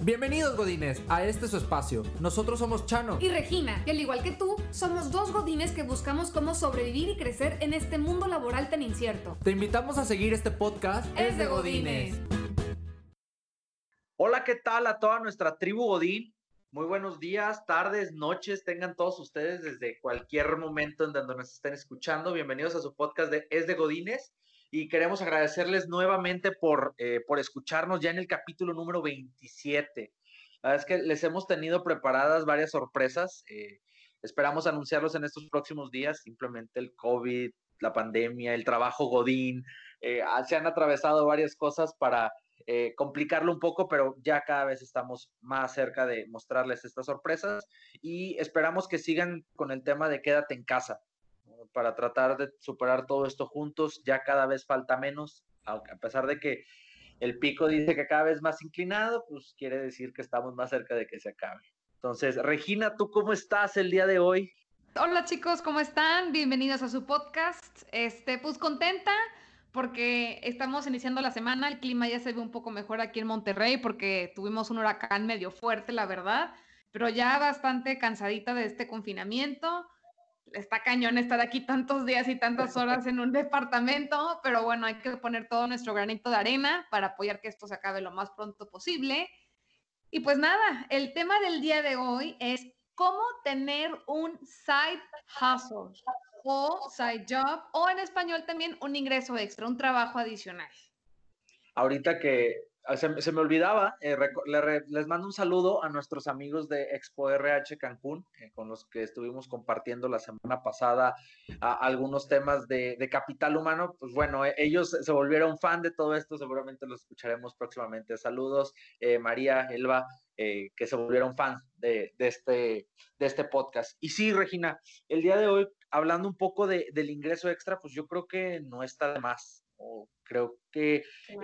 Bienvenidos, Godines, a este su espacio. Nosotros somos Chano y Regina, y al igual que tú, somos dos Godines que buscamos cómo sobrevivir y crecer en este mundo laboral tan incierto. Te invitamos a seguir este podcast. Es de Godines. Hola, ¿qué tal a toda nuestra tribu Godín? Muy buenos días, tardes, noches, tengan todos ustedes desde cualquier momento en donde nos estén escuchando. Bienvenidos a su podcast de Es de Godines. Y queremos agradecerles nuevamente por escucharnos ya en el capítulo número 27. La verdad es que les hemos tenido preparadas varias sorpresas. Esperamos anunciarlos en estos próximos días. Simplemente el COVID, la pandemia, el trabajo Godín, se han atravesado varias cosas para complicarlo un poco, pero ya cada vez estamos más cerca de mostrarles estas sorpresas y esperamos que sigan con el tema de quédate en casa, para tratar de superar todo esto juntos. Ya cada vez falta menos, aunque a pesar de que el pico dice que cada vez más inclinado, pues quiere decir que estamos más cerca de que se acabe. Entonces, Regina, ¿tú cómo estás el día de hoy? Hola chicos, ¿cómo están? Bienvenidos a su podcast. Pues contenta porque estamos iniciando la semana, el clima ya se ve un poco mejor aquí en Monterrey porque tuvimos un huracán medio fuerte, la verdad, pero ya bastante cansadita de este confinamiento. Está cañón estar aquí tantos días y tantas horas en un departamento, pero bueno, hay que poner todo nuestro granito de arena para apoyar que esto se acabe lo más pronto posible. Y pues nada, el tema del día de hoy es cómo tener un side hustle o side job, o en español también un ingreso extra, un trabajo adicional. Ahorita que se me olvidaba, les mando un saludo a nuestros amigos de Expo RH Cancún, con los que estuvimos compartiendo la semana pasada algunos temas de capital humano. Pues bueno, ellos se volvieron fan de todo esto, seguramente los escucharemos próximamente. Saludos, María, Elba, que se volvieron fan de este podcast. Y sí, Regina, el día de hoy, hablando un poco del ingreso extra, pues yo creo que no está de más. Creo que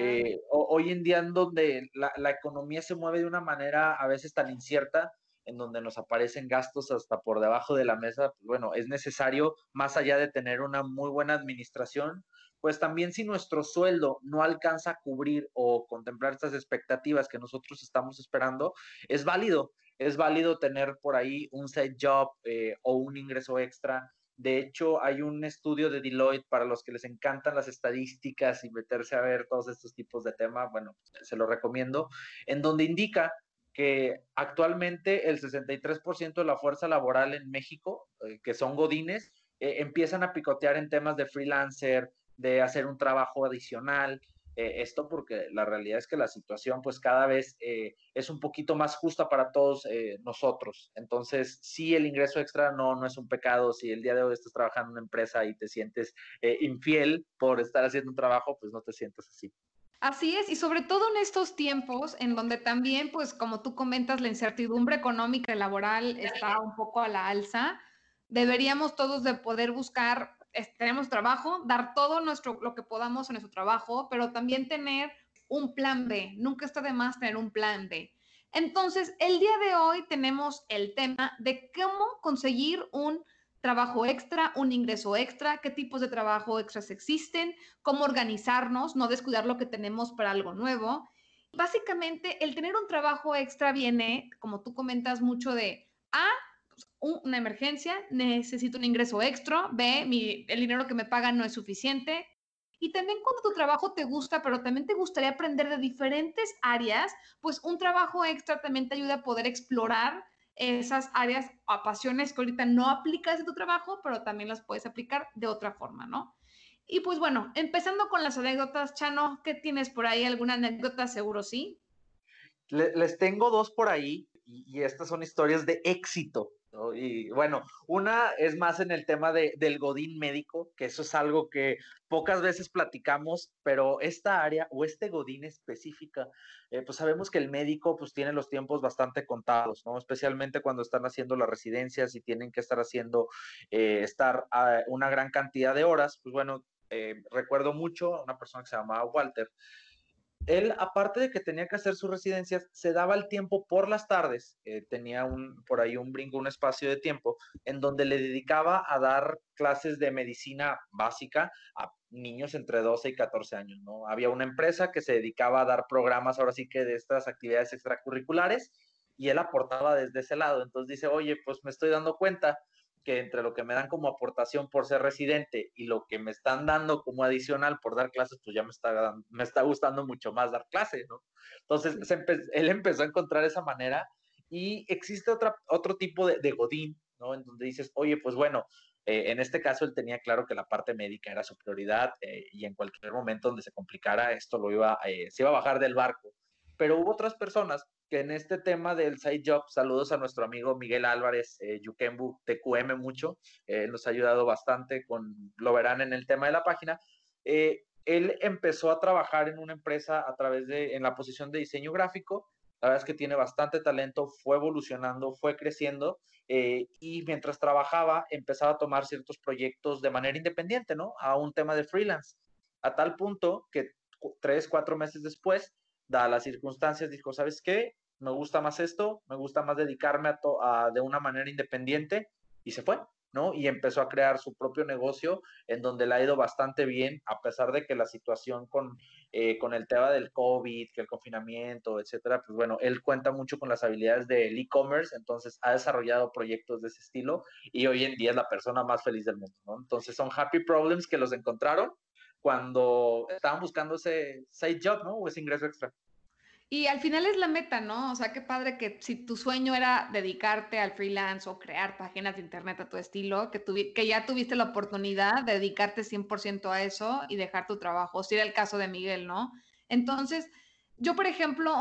hoy en día, en donde la economía se mueve de una manera a veces tan incierta, en donde nos aparecen gastos hasta por debajo de la mesa, pues bueno, es necesario, más allá de tener una muy buena administración, pues también si nuestro sueldo no alcanza a cubrir o contemplar estas expectativas que nosotros estamos esperando, es válido tener por ahí un side job o un ingreso extra. De hecho, hay un estudio de Deloitte para los que les encantan las estadísticas y meterse a ver todos estos tipos de temas. Bueno, se lo recomiendo, en donde indica que actualmente el 63% de la fuerza laboral en México, que son godines, empiezan a picotear en temas de freelancer, de hacer un trabajo adicional. Esto porque la realidad es que la situación pues cada vez es un poquito más justa para todos nosotros. Entonces, sí, el ingreso extra no es un pecado. Si el día de hoy estás trabajando en una empresa y te sientes infiel por estar haciendo un trabajo, pues no te sientas así. Así es, y sobre todo en estos tiempos en donde también, pues como tú comentas, la incertidumbre económica y laboral está un poco a la alza, deberíamos todos de poder buscar, tenemos trabajo, dar todo lo que podamos en nuestro trabajo, pero también tener un plan B. Nunca está de más tener un plan B. Entonces, el día de hoy tenemos el tema de cómo conseguir un trabajo extra, un ingreso extra, qué tipos de trabajo extras existen, cómo organizarnos, no descuidar lo que tenemos para algo nuevo. Básicamente, el tener un trabajo extra viene, como tú comentas, mucho de una emergencia, necesito un ingreso extra, B, el dinero que me pagan no es suficiente. Y también cuando tu trabajo te gusta, pero también te gustaría aprender de diferentes áreas, pues un trabajo extra también te ayuda a poder explorar esas áreas o pasiones que ahorita no aplicas en tu trabajo, pero también las puedes aplicar de otra forma, ¿no? Y pues bueno, empezando con las anécdotas, Chano, ¿qué tienes por ahí? ¿Alguna anécdota? Seguro sí. Les tengo dos por ahí y estas son historias de éxito, ¿no? Y bueno, una es más en el tema del godín médico, que eso es algo que pocas veces platicamos, pero esta área o este godín específica, pues sabemos que el médico pues tiene los tiempos bastante contados, ¿no? Especialmente cuando están haciendo las residencias y tienen que estar haciendo, una gran cantidad de horas. Pues bueno, recuerdo mucho a una persona que se llamaba Walter, Él, aparte de que tenía que hacer sus residencias, se daba el tiempo por las tardes, tenía por ahí un brinco, un espacio de tiempo, en donde le dedicaba a dar clases de medicina básica a niños entre 12 y 14 años, ¿no? Había una empresa que se dedicaba a dar programas, ahora sí que de estas actividades extracurriculares, y él aportaba desde ese lado. Entonces dice, oye, pues me estoy dando cuenta que entre lo que me dan como aportación por ser residente y lo que me están dando como adicional por dar clases, pues ya me está gustando mucho más dar clases, ¿no? Entonces, él empezó a encontrar esa manera y existe otro tipo de godín, ¿no? En donde dices, oye, pues bueno, en este caso él tenía claro que la parte médica era su prioridad y en cualquier momento donde se complicara esto se iba a bajar del barco. Pero hubo otras personas que en este tema del side job, saludos a nuestro amigo Miguel Álvarez, Yukembu TQM mucho, nos ha ayudado bastante lo verán en el tema de la página. Él empezó a trabajar en una empresa en la posición de diseño gráfico. La verdad es que tiene bastante talento, fue evolucionando, fue creciendo, y mientras trabajaba empezaba a tomar ciertos proyectos de manera independiente, ¿no? A un tema de freelance, a tal punto que 3, 4 meses después, dadas las circunstancias, dijo, ¿sabes qué? Me gusta más esto, me gusta más dedicarme de una manera independiente, y se fue, ¿no? Y empezó a crear su propio negocio en donde le ha ido bastante bien, a pesar de que la situación con el tema del COVID, que el confinamiento, etcétera, pues bueno, él cuenta mucho con las habilidades del e-commerce, entonces ha desarrollado proyectos de ese estilo y hoy en día es la persona más feliz del mundo, ¿no? Entonces son happy problems que los encontraron cuando estaban buscando ese side job, ¿no? O ese ingreso extra. Y al final es la meta, ¿no? O sea, qué padre que si tu sueño era dedicarte al freelance o crear páginas de internet a tu estilo, que ya tuviste la oportunidad de dedicarte 100% a eso y dejar tu trabajo, si era el caso de Miguel, ¿no? Entonces, yo, por ejemplo,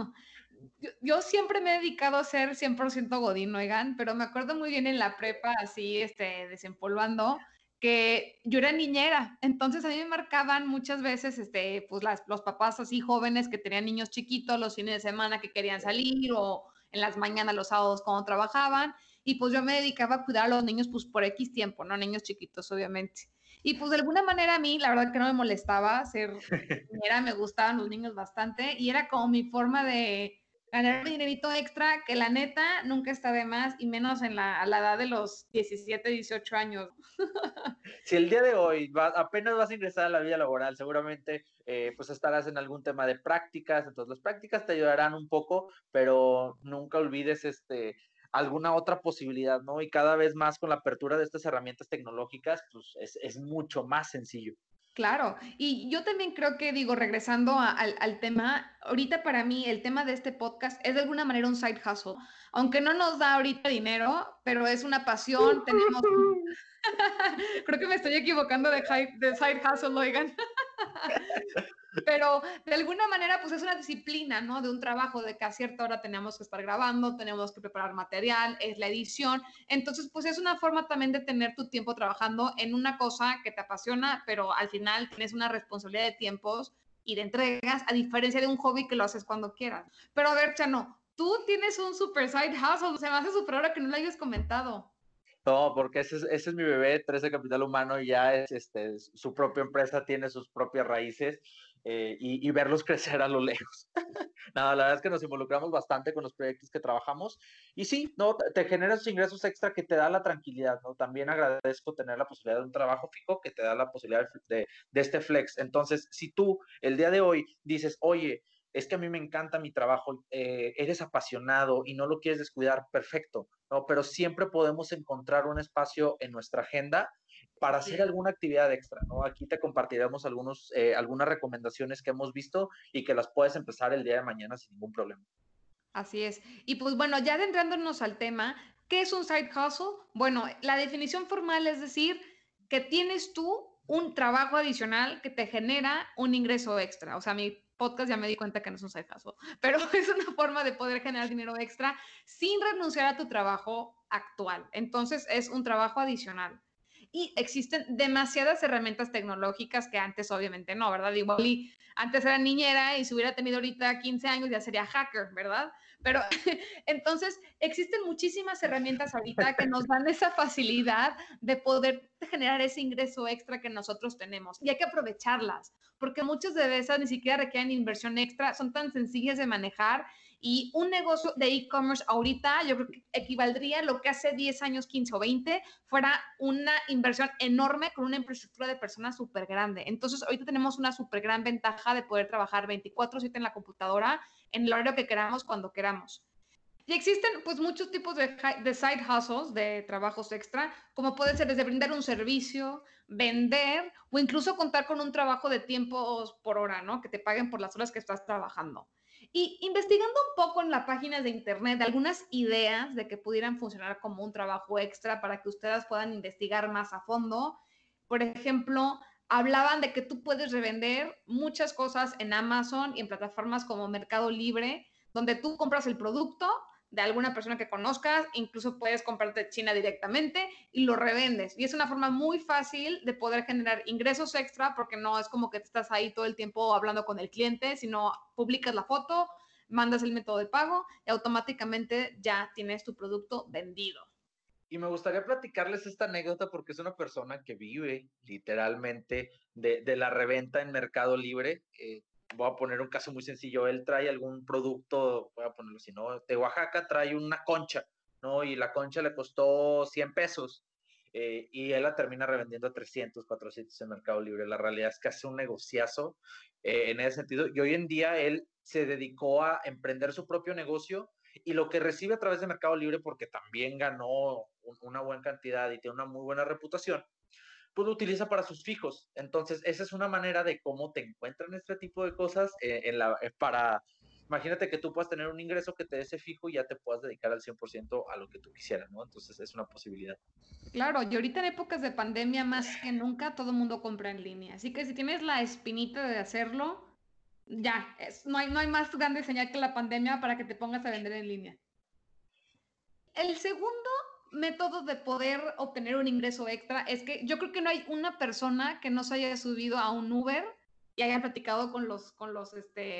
yo siempre me he dedicado a ser 100% godín, oigan, pero me acuerdo muy bien en la prepa, así, desempolvando, que yo era niñera, entonces a mí me marcaban muchas veces, pues los papás así jóvenes que tenían niños chiquitos los fines de semana que querían salir o en las mañanas, los sábados cuando trabajaban, y pues yo me dedicaba a cuidar a los niños pues por X tiempo, ¿no? Niños chiquitos, obviamente. Y pues de alguna manera a mí, la verdad que no me molestaba ser niñera, me gustaban los niños bastante y era como mi forma de ganar un dinerito extra que la neta nunca está de más y menos a la edad de los 17, 18 años. Si el día de hoy apenas vas a ingresar a la vida laboral, seguramente pues estarás en algún tema de prácticas, entonces las prácticas te ayudarán un poco, pero nunca olvides alguna otra posibilidad, ¿no? Y cada vez más con la apertura de estas herramientas tecnológicas, pues es mucho más sencillo. Claro, y yo también creo que, digo, regresando al tema, ahorita para mí el tema de este podcast es de alguna manera un side hustle, aunque no nos da ahorita dinero, pero es una pasión, tenemos, creo que me estoy equivocando de side hustle, oigan. Pero de alguna manera, pues es una disciplina, ¿no? De un trabajo de que a cierta hora tenemos que estar grabando, tenemos que preparar material, es la edición. Entonces, pues es una forma también de tener tu tiempo trabajando en una cosa que te apasiona, pero al final tienes una responsabilidad de tiempos y de entregas, a diferencia de un hobby que lo haces cuando quieras. Pero a ver, Chano, tú tienes un super side hustle, se me hace súper hora que no lo hayas comentado. No, porque ese es mi bebé, 13 Capital Humano, ya es su propia empresa, tiene sus propias raíces, y verlos crecer a lo lejos. Nada, la verdad es que nos involucramos bastante con los proyectos que trabajamos y sí, no, te genera esos ingresos extra que te da la tranquilidad, ¿no? También agradezco tener la posibilidad de un trabajo fijo que te da la posibilidad de este flex. Entonces, si tú el día de hoy dices, oye, es que a mí me encanta mi trabajo, eres apasionado y no lo quieres descuidar, perfecto, ¿no? Pero siempre podemos encontrar un espacio en nuestra agenda para Así hacer es. alguna actividad extra, ¿no? Aquí te compartiremos algunas recomendaciones que hemos visto y que las puedes empezar el día de mañana sin ningún problema. Así es. Y pues bueno, ya adentrándonos al tema, ¿qué es un side hustle? Bueno, la definición formal es decir que tienes tú un trabajo adicional que te genera un ingreso extra. O sea, mi podcast ya me di cuenta que no es un side hustle, pero es una forma de poder generar dinero extra sin renunciar a tu trabajo actual. Entonces es un trabajo adicional. Y existen demasiadas herramientas tecnológicas que antes obviamente no, ¿verdad? Igual y antes era niñera y si hubiera tenido ahorita 15 años ya sería hacker, ¿verdad? Pero entonces existen muchísimas herramientas ahorita que nos dan esa facilidad de poder generar ese ingreso extra que nosotros tenemos. Y hay que aprovecharlas, porque muchas de esas ni siquiera requieren inversión extra, son tan sencillas de manejar. Y un negocio de e-commerce ahorita, yo creo que equivaldría a lo que hace 10 años, 15 o 20, fuera una inversión enorme con una infraestructura de personas súper grande. Entonces, ahorita tenemos una súper gran ventaja de poder trabajar 24/7 en la computadora, en el horario que queramos, cuando queramos. Y existen pues muchos tipos de side hustles, de trabajos extra, como puede ser desde brindar un servicio, vender o incluso contar con un trabajo de tiempos por hora, ¿no? Que te paguen por las horas que estás trabajando. Y investigando un poco en las páginas de internet algunas ideas de que pudieran funcionar como un trabajo extra para que ustedes puedan investigar más a fondo. Por ejemplo, hablaban de que tú puedes revender muchas cosas en Amazon y en plataformas como Mercado Libre, donde tú compras el producto de alguna persona que conozcas, incluso puedes comprarte de China directamente y lo revendes. Y es una forma muy fácil de poder generar ingresos extra porque no es como que estás ahí todo el tiempo hablando con el cliente, sino publicas la foto, mandas el método de pago y automáticamente ya tienes tu producto vendido. Y me gustaría platicarles esta anécdota porque es una persona que vive literalmente de la reventa en Mercado Libre. Voy a poner un caso muy sencillo. Él trae algún producto, voy a ponerlo así, ¿no? De Oaxaca trae una concha, ¿no? Y la concha le costó 100 pesos. Y él la termina revendiendo a 300, 400 en Mercado Libre. La realidad es que hace un negociazo en ese sentido. Y hoy en día él se dedicó a emprender su propio negocio y lo que recibe a través de Mercado Libre, porque también ganó una buena cantidad y tiene una muy buena reputación, pues lo utiliza para sus fijos. Entonces, esa es una manera de cómo te encuentran este tipo de cosas imagínate que tú puedas tener un ingreso que te dé ese fijo y ya te puedas dedicar al 100% a lo que tú quisieras, ¿no? Entonces, es una posibilidad. Claro, y ahorita en épocas de pandemia más que nunca todo el mundo compra en línea. Así que si tienes la espinita de hacerlo, ya, no hay más grande señal que la pandemia para que te pongas a vender en línea. El segundo método de poder obtener un ingreso extra es que yo creo que no hay una persona que no se haya subido a un Uber y haya platicado con los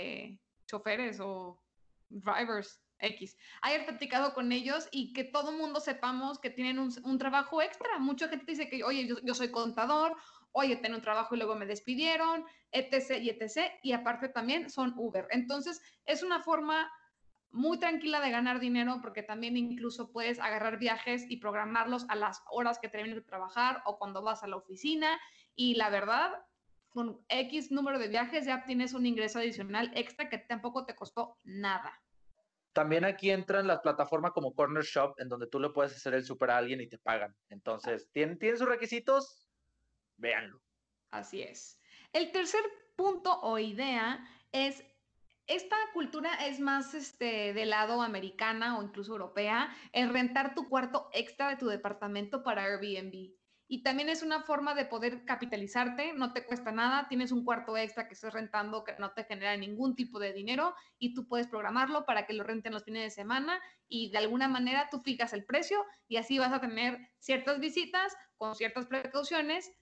choferes o drivers X, haya platicado con ellos y que todo el mundo sepamos que tienen un trabajo extra. Mucha gente dice que, oye, yo soy contador, oye, tengo un trabajo y luego me despidieron, etc. y etc. Y aparte también son Uber. Entonces, es una forma muy tranquila de ganar dinero porque también incluso puedes agarrar viajes y programarlos a las horas que termines de trabajar o cuando vas a la oficina y la verdad, con X número de viajes ya tienes un ingreso adicional extra que tampoco te costó nada. También aquí entran las plataformas como Corner Shop, en donde tú le puedes hacer el súper a alguien y te pagan. Entonces, ¿tienen sus requisitos? Véanlo. Así es. El tercer punto o idea es, esta cultura es más del lado americana o incluso europea, el rentar tu cuarto extra de tu departamento para Airbnb. Y también es una forma de poder capitalizarte, no te cuesta nada, tienes un cuarto extra que estás rentando que no te genera ningún tipo de dinero y tú puedes programarlo para que lo renten los fines de semana y de alguna manera tú fijas el precio y así vas a tener ciertas visitas con ciertas precauciones.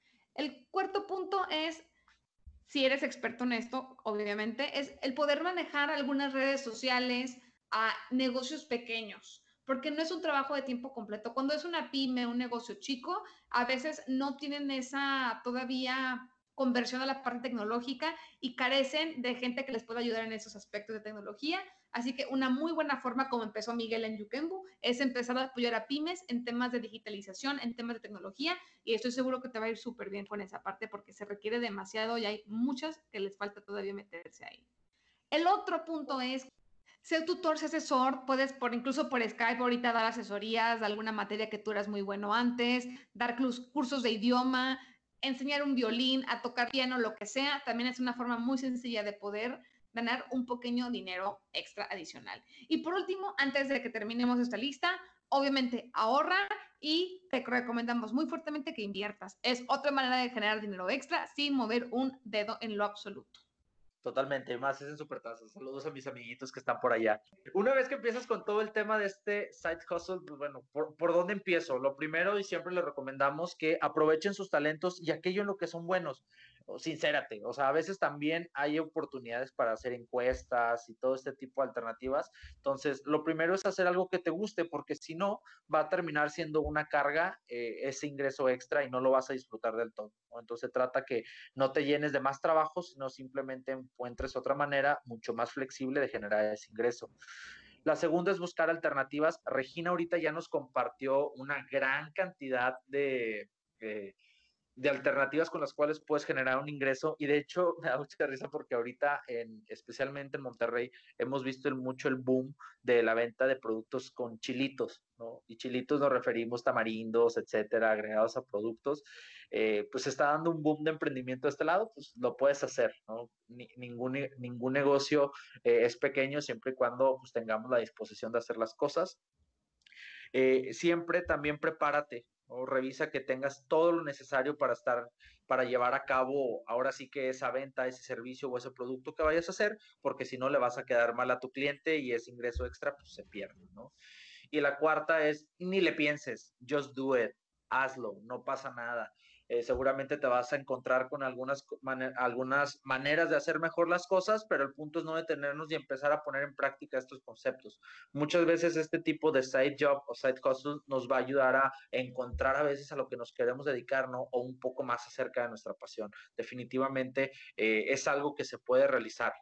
El cuarto punto es, si eres experto en esto, obviamente, es el poder manejar algunas redes sociales a negocios pequeños, porque no es un trabajo de tiempo completo. Cuando es una pyme, un negocio chico, a veces no tienen esa todavía conversión a la parte tecnológica y carecen de gente que les pueda ayudar en esos aspectos de tecnología. Así que una muy buena forma, como empezó Miguel en Yukenbu, es empezar a apoyar a pymes en temas de digitalización, en temas de tecnología, y estoy seguro que te va a ir súper bien con esa parte porque se requiere demasiado y hay muchas que les falta todavía meterse ahí. El otro punto es ser tutor, ser asesor, puedes incluso por Skype ahorita dar asesorías de alguna materia que tú eras muy bueno antes, dar cursos de idioma, enseñar un violín, a tocar piano, lo que sea, también es una forma muy sencilla de poder ganar un pequeño dinero extra adicional. Y por último, antes de que terminemos esta lista, obviamente ahorra y te recomendamos muy fuertemente que inviertas. Es otra manera de generar dinero extra sin mover un dedo en lo absoluto. Totalmente, más es en Supertazos. Saludos a mis amiguitos que están por allá. Una vez que empiezas con todo el tema de este side hustle, pues bueno, ¿por dónde empiezo? Lo primero, y siempre les recomendamos que aprovechen sus talentos y aquello en lo que son buenos. Sincérate, o sea, a veces también hay oportunidades para hacer encuestas y todo este tipo de alternativas. Entonces, lo primero es hacer algo que te guste, porque si no, va a terminar siendo una carga ese ingreso extra y no lo vas a disfrutar del todo, ¿no? Entonces, trata que no te llenes de más trabajo, sino simplemente encuentres otra manera mucho más flexible de generar ese ingreso. La segunda es buscar alternativas. Regina ahorita ya nos compartió una gran cantidad de alternativas con las cuales puedes generar un ingreso, y de hecho me da mucha risa porque ahorita, especialmente en Monterrey, hemos visto mucho el boom de la venta de productos con chilitos, ¿no? Y chilitos nos referimos tamarindos, etcétera, agregados a productos. Pues está dando un boom de emprendimiento de este lado, pues lo puedes hacer, ¿no? Ningún negocio es pequeño siempre y cuando pues, tengamos la disposición de hacer las cosas. Siempre también prepárate o revisa que tengas todo lo necesario para llevar a cabo ahora sí que esa venta, ese servicio o ese producto que vayas a hacer, porque si no le vas a quedar mal a tu cliente y ese ingreso extra pues se pierde, ¿no? Y la cuarta es, ni le pienses, just do it, hazlo, no pasa nada. Seguramente te vas a encontrar con algunas maneras de hacer mejor las cosas, pero el punto es no detenernos y empezar a poner en práctica estos conceptos. Muchas veces este tipo de side job o side hustle nos va a ayudar a encontrar a veces a lo que nos queremos dedicar, ¿no? O un poco más acerca de nuestra pasión. Definitivamente es algo que se puede realizar.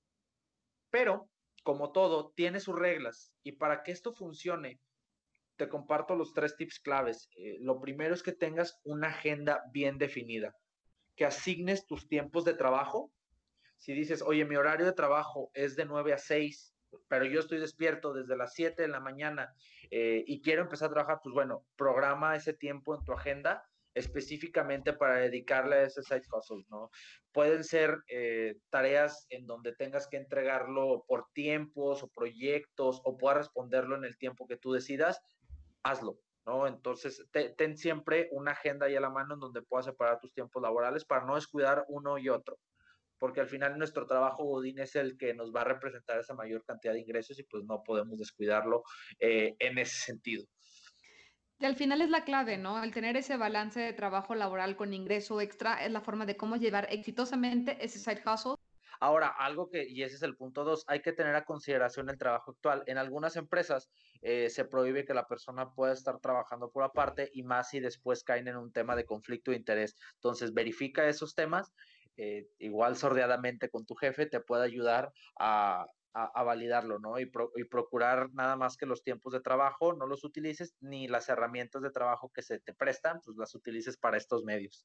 Pero, como todo, tiene sus reglas, y para que esto funcione, te comparto los 3 tips claves. Lo primero es que tengas una agenda bien definida, que asignes tus tiempos de trabajo. Si dices, oye, mi horario de trabajo es de 9 a 6, pero yo estoy despierto desde las 7 de la mañana y quiero empezar a trabajar, pues bueno, programa ese tiempo en tu agenda específicamente para dedicarle a ese side hustle, ¿no? Pueden ser tareas en donde tengas que entregarlo por tiempos o proyectos, o puedas responderlo en el tiempo que tú decidas, hazlo, ¿no? Entonces, ten siempre una agenda ahí a la mano en donde puedas separar tus tiempos laborales para no descuidar uno y otro, porque al final nuestro trabajo godín es el que nos va a representar esa mayor cantidad de ingresos y pues no podemos descuidarlo en ese sentido. Y al final es la clave, ¿no? El tener ese balance de trabajo laboral con ingreso extra es la forma de cómo llevar exitosamente ese side hustle. Ahora, algo que, y ese es el punto 2, hay que tener a consideración el trabajo actual. En algunas empresas se prohíbe que la persona pueda estar trabajando por aparte, y más si después caen en un tema de conflicto de interés. Entonces, verifica esos temas, igual sordeadamente con tu jefe te puede ayudar a validarlo, ¿no? Y procurar nada más que los tiempos de trabajo no los utilices, ni las herramientas de trabajo que se te prestan, pues las utilices para estos medios.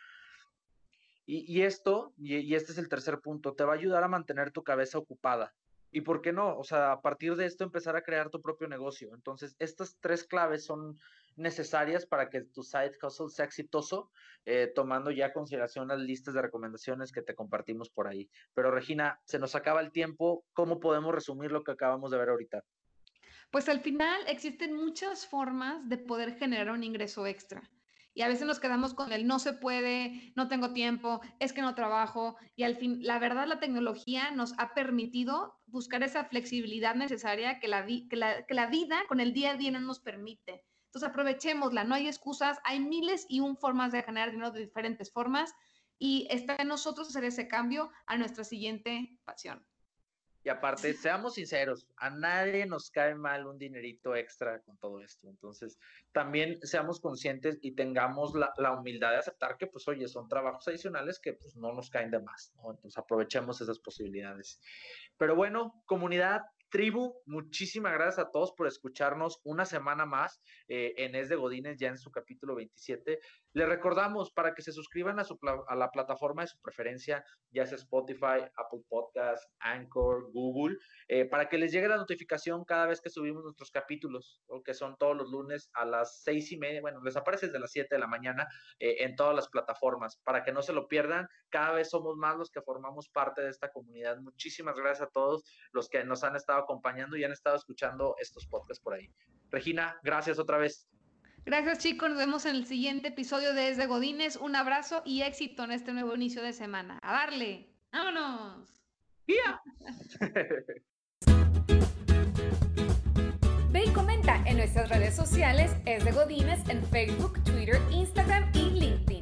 Y este es el tercer punto, te va a ayudar a mantener tu cabeza ocupada. ¿Y por qué no? O sea, a partir de esto empezar a crear tu propio negocio. Entonces, estas 3 claves son necesarias para que tu side hustle sea exitoso, tomando ya en consideración las listas de recomendaciones que te compartimos por ahí. Pero Regina, se nos acaba el tiempo. ¿Cómo podemos resumir lo que acabamos de ver ahorita? Pues al final existen muchas formas de poder generar un ingreso extra. Y a veces nos quedamos con el no se puede, no tengo tiempo, es que no trabajo. Y al fin, la verdad, la tecnología nos ha permitido buscar esa flexibilidad necesaria que la vida con el día a día no nos permite. Entonces aprovechémosla, no hay excusas, hay miles y un formas de generar dinero de diferentes formas, y está en nosotros hacer ese cambio a nuestra siguiente pasión. Y aparte, seamos sinceros, a nadie nos cae mal un dinerito extra con todo esto. Entonces, también seamos conscientes y tengamos la humildad de aceptar que, pues, oye, son trabajos adicionales que, pues, no nos caen de más, ¿no? Entonces, aprovechemos esas posibilidades. Pero bueno, comunidad, tribu, muchísimas gracias a todos por escucharnos una semana más en Es de Godínez, ya en su capítulo 27. Les recordamos para que se suscriban a la plataforma de su preferencia, ya sea Spotify, Apple Podcasts, Anchor, Google, para que les llegue la notificación cada vez que subimos nuestros capítulos, ¿no? Que son todos los lunes a las 6:30, bueno, les aparece desde las 7 de la mañana en todas las plataformas, para que no se lo pierdan. Cada vez somos más los que formamos parte de esta comunidad. Muchísimas gracias a todos los que nos han estado acompañando y han estado escuchando estos podcasts por ahí. Regina, gracias otra vez. Gracias, chicos. Nos vemos en el siguiente episodio de Desde Godines. Un abrazo y éxito en este nuevo inicio de semana. ¡A darle! ¡Vámonos! Ve y comenta en nuestras redes sociales Es de Godínez en Facebook, Twitter, Instagram y LinkedIn.